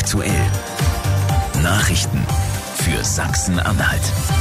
aktuell. Nachrichten für Sachsen-Anhalt.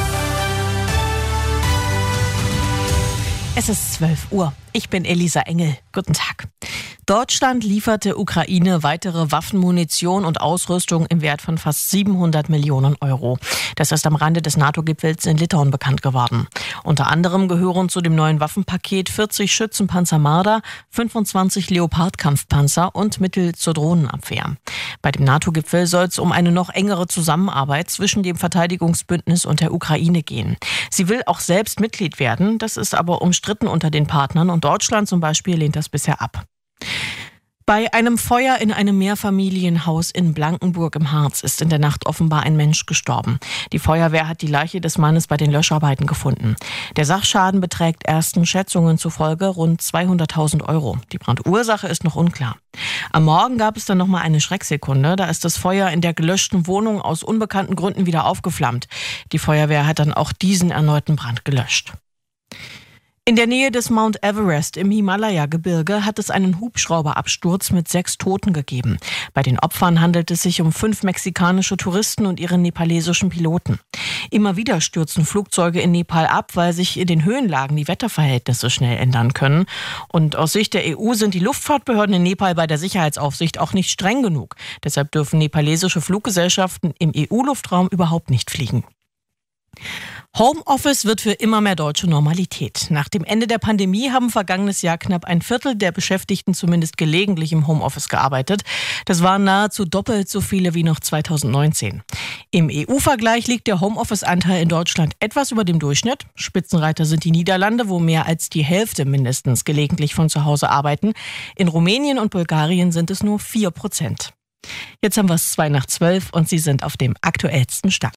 Es ist 12 Uhr. Ich bin Elisa Engel. Guten Tag. Deutschland liefert der Ukraine weitere Waffenmunition und Ausrüstung im Wert von fast 700 Millionen Euro. Das ist am Rande des NATO-Gipfels in Litauen bekannt geworden. Unter anderem gehören zu dem neuen Waffenpaket 40 Schützenpanzer Marder, 25 Leopard-Kampfpanzer und Mittel zur Drohnenabwehr. Bei dem NATO-Gipfel soll es um eine noch engere Zusammenarbeit zwischen dem Verteidigungsbündnis und der Ukraine gehen. Sie will auch selbst Mitglied werden, das ist aber umstritten unter den Partnern und Deutschland zum Beispiel lehnt das bisher ab. Bei einem Feuer in einem Mehrfamilienhaus in Blankenburg im Harz ist in der Nacht offenbar ein Mensch gestorben. Die Feuerwehr hat die Leiche des Mannes bei den Löscharbeiten gefunden. Der Sachschaden beträgt ersten Schätzungen zufolge rund 200.000 Euro. Die Brandursache ist noch unklar. Am Morgen gab es dann nochmal eine Schrecksekunde. Da ist das Feuer in der gelöschten Wohnung aus unbekannten Gründen wieder aufgeflammt. Die Feuerwehr hat dann auch diesen erneuten Brand gelöscht. In der Nähe des Mount Everest im Himalaya-Gebirge hat es einen Hubschrauberabsturz mit 6 Toten gegeben. Bei den Opfern handelt es sich um 5 mexikanische Touristen und ihre nepalesischen Piloten. Immer wieder stürzen Flugzeuge in Nepal ab, weil sich in den Höhenlagen die Wetterverhältnisse schnell ändern können. Und aus Sicht der EU sind die Luftfahrtbehörden in Nepal bei der Sicherheitsaufsicht auch nicht streng genug. Deshalb dürfen nepalesische Fluggesellschaften im EU-Luftraum überhaupt nicht fliegen. Homeoffice wird für immer mehr deutsche Normalität. Nach dem Ende der Pandemie haben vergangenes Jahr knapp ein Viertel der Beschäftigten zumindest gelegentlich im Homeoffice gearbeitet. Das waren nahezu doppelt so viele wie noch 2019. Im EU-Vergleich liegt der Homeoffice-Anteil in Deutschland etwas über dem Durchschnitt. Spitzenreiter sind die Niederlande, wo mehr als die Hälfte mindestens gelegentlich von zu Hause arbeiten. In Rumänien und Bulgarien sind es nur 4%. Jetzt haben wir es 11:02 und Sie sind auf dem aktuellsten Stand.